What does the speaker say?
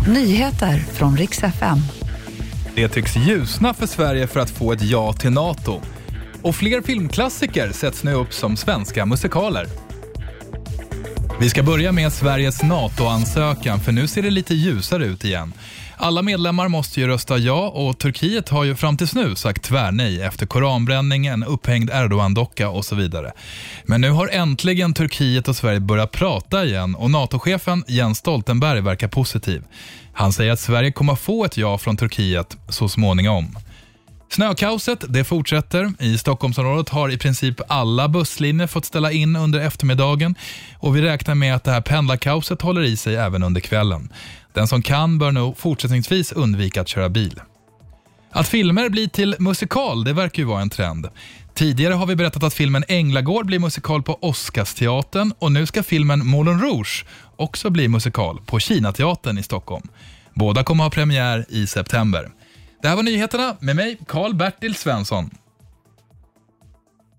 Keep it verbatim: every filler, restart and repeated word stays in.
Nyheter från Rix F M. Det tycks ljusna för Sverige för att få ett ja till NATO. Och fler filmklassiker sätts nu upp som svenska musikaler. Vi ska börja med Sveriges NATO-ansökan, för nu ser det lite ljusare ut igen. Alla medlemmar måste ju rösta ja, och Turkiet har ju fram tills nu sagt tvärnej efter koranbränning, en upphängd Erdogan-docka och så vidare. Men nu har äntligen Turkiet och Sverige börjat prata igen, och NATO-chefen Jens Stoltenberg verkar positiv. Han säger att Sverige kommer få ett ja från Turkiet så småningom. Snökaoset, det fortsätter. I Stockholmsområdet har i princip alla busslinjer fått ställa in under eftermiddagen, och vi räknar med att det här pendlarkaoset håller i sig även under kvällen. Den som kan bör nog fortsättningsvis undvika att köra bil. Att filmer blir till musikal, det verkar ju vara en trend. Tidigare har vi berättat att filmen Änglagård blir musikal på Oscarsteatern, och nu ska filmen Moulin Rouge också bli musikal på Kinateatern i Stockholm. Båda kommer ha premiär i september. Det här var nyheterna med mig, Carl Bertil Svensson.